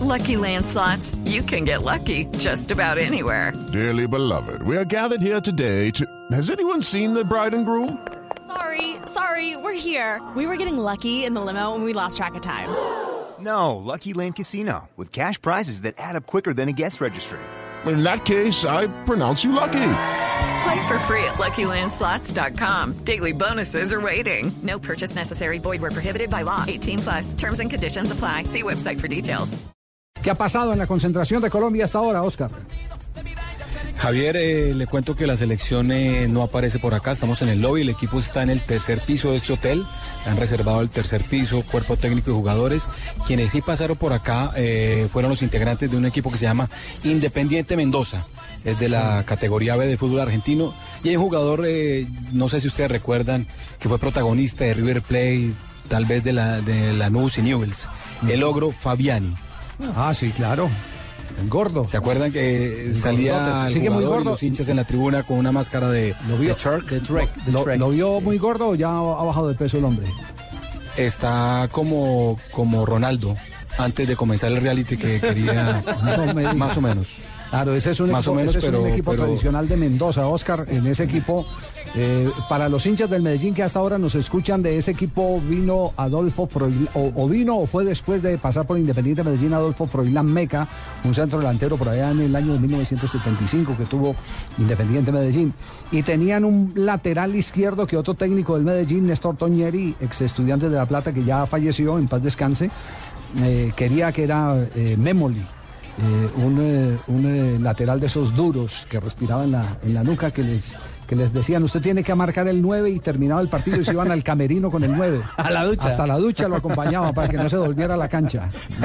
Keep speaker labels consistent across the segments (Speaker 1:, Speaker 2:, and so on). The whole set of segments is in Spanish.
Speaker 1: Lucky Land Slots, you can get lucky just about anywhere.
Speaker 2: Dearly beloved, we are gathered here today to... Has anyone seen the bride and groom?
Speaker 3: Sorry, we're here. We were getting lucky in the limo and we lost track of time.
Speaker 4: No, Lucky Land Casino, with cash prizes that add up quicker than a guest registry.
Speaker 2: In that case, I pronounce you lucky.
Speaker 1: Play for free at LuckyLandSlots.com. Daily bonuses are waiting. No purchase necessary. Void where prohibited by law. 18+. Terms and conditions apply. See website for details.
Speaker 5: ¿Qué ha pasado en la concentración de Colombia hasta ahora, Oscar?
Speaker 6: Javier, le cuento que la selección no aparece por acá, estamos en el lobby, el equipo está en el tercer piso de este hotel, han reservado el tercer piso, cuerpo técnico y jugadores. Quienes sí pasaron por acá fueron los integrantes de un equipo que se llama Independiente Mendoza, es de la categoría B de fútbol argentino, y hay un jugador, no sé si ustedes recuerdan, que fue protagonista de River Plate, tal vez de Lanús y Newell's, el ogro Fabiani.
Speaker 5: Ah, sí, claro. El gordo.
Speaker 6: ¿Se acuerdan que salía el jugador muy gordo, y los hinchas en la tribuna con una máscara de Shark?
Speaker 5: ¿Lo vio muy gordo o ya ha bajado de peso el hombre?
Speaker 6: Está como Ronaldo, antes de comenzar el reality que quería, más o menos.
Speaker 5: Claro, ese es un equipo tradicional de Mendoza, Oscar. En ese equipo, para los hinchas del Medellín que hasta ahora nos escuchan, de ese equipo vino Adolfo Froilán, o fue después de pasar por Independiente Medellín, Adolfo Froilán Meca, un centro delantero por allá en el año de 1975 que tuvo Independiente Medellín. Y tenían un lateral izquierdo que otro técnico del Medellín, Néstor Toñeri, ex estudiante de La Plata, que ya falleció, en paz descanse, quería que era Memoli. Un lateral de esos duros que respiraba en la nuca, que les decían, usted tiene que marcar el 9, y terminaba el partido y se iban al camerino con el 9.
Speaker 7: A la ducha.
Speaker 5: Hasta la ducha lo acompañaban para que no se volviera a la cancha.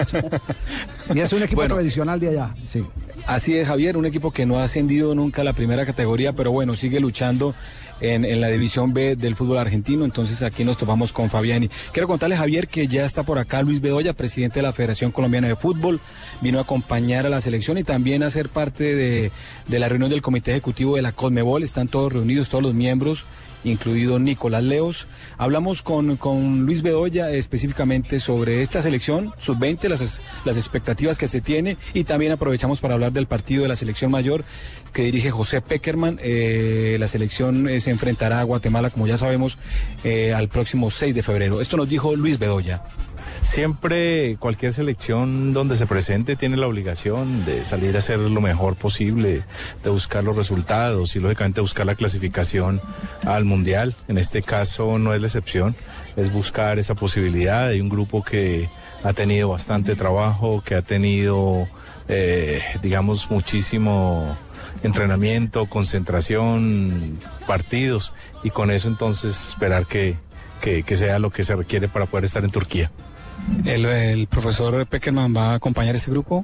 Speaker 5: Y es un equipo tradicional de allá, sí.
Speaker 6: Así es, Javier, un equipo que no ha ascendido nunca a la primera categoría, pero bueno, sigue luchando en la división B del fútbol argentino. Entonces aquí nos topamos con Fabiani. Quiero contarle, Javier, que ya está por acá Luis Bedoya, presidente de la Federación Colombiana de Fútbol. Vino a acompañar a la selección y también a ser parte de la reunión del Comité Ejecutivo de la Conmebol. Están todos reunidos, todos los miembros, incluido Nicolás Leos. Hablamos con Luis Bedoya específicamente sobre esta selección sub-20, las expectativas que se tiene, y también aprovechamos para hablar del partido de la selección mayor que dirige José Peckerman. La selección se enfrentará a Guatemala, como ya sabemos, al próximo 6 de febrero. Esto nos dijo Luis Bedoya.
Speaker 8: Siempre cualquier selección donde se presente tiene la obligación de salir a hacer lo mejor posible, de buscar los resultados y lógicamente buscar la clasificación al Mundial. En este caso no es la excepción, es buscar esa posibilidad. Hay un grupo que ha tenido bastante trabajo, que ha tenido, digamos, muchísimo entrenamiento, concentración, partidos, y con eso entonces esperar que sea lo que se requiere para poder estar en Turquía.
Speaker 6: ¿El profesor Peckerman va a acompañar este grupo?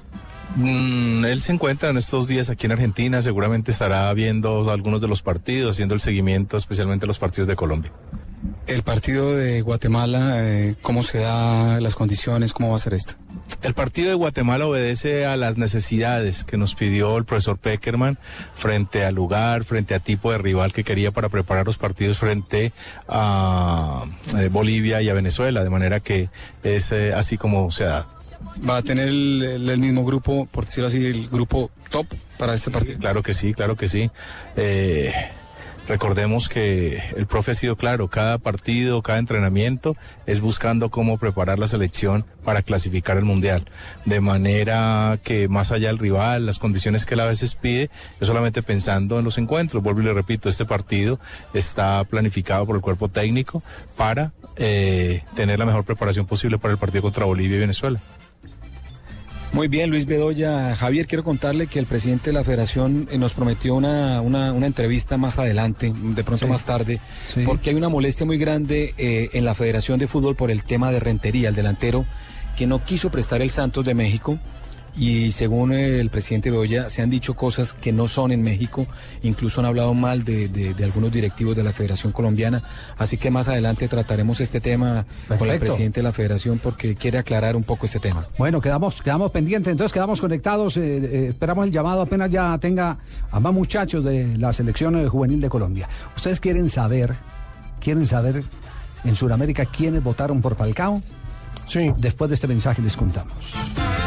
Speaker 8: Él se encuentra en estos días aquí en Argentina, seguramente estará viendo algunos de los partidos, haciendo el seguimiento especialmente a los partidos de Colombia.
Speaker 6: El partido de Guatemala, ¿cómo se da las condiciones? ¿Cómo va a ser esto?
Speaker 8: El partido de Guatemala obedece a las necesidades que nos pidió el profesor Peckerman frente al lugar, frente a tipo de rival que quería para preparar los partidos frente a Bolivia y a Venezuela, de manera que es así como se da.
Speaker 6: ¿Va a tener el mismo grupo, por decirlo así, el grupo top para este partido?
Speaker 8: Claro que sí, claro que sí. Recordemos que el profe ha sido claro, cada partido, cada entrenamiento es buscando cómo preparar la selección para clasificar el Mundial, de manera que más allá del rival, las condiciones que él a veces pide, es solamente pensando en los encuentros. Vuelvo y le repito, este partido está planificado por el cuerpo técnico para tener la mejor preparación posible para el partido contra Bolivia y Venezuela.
Speaker 6: Muy bien, Luis Bedoya. Javier, quiero contarle que el presidente de la federación nos prometió una entrevista más adelante, de pronto más tarde, porque hay una molestia muy grande en la Federación de Fútbol por el tema de Rentería, el delantero que no quiso prestar el Santos de México. Y según el presidente Bedoya, se han dicho cosas que no son en México, incluso han hablado mal de algunos directivos de la Federación Colombiana, así que más adelante trataremos este tema con el presidente de la Federación porque quiere aclarar un poco este tema.
Speaker 5: Bueno, quedamos pendientes, entonces quedamos conectados, esperamos el llamado apenas ya tenga a más muchachos de la selección juvenil de Colombia. ¿Ustedes quieren saber en Sudamérica quiénes votaron por Falcao?
Speaker 9: Sí.
Speaker 5: Después de este mensaje les contamos.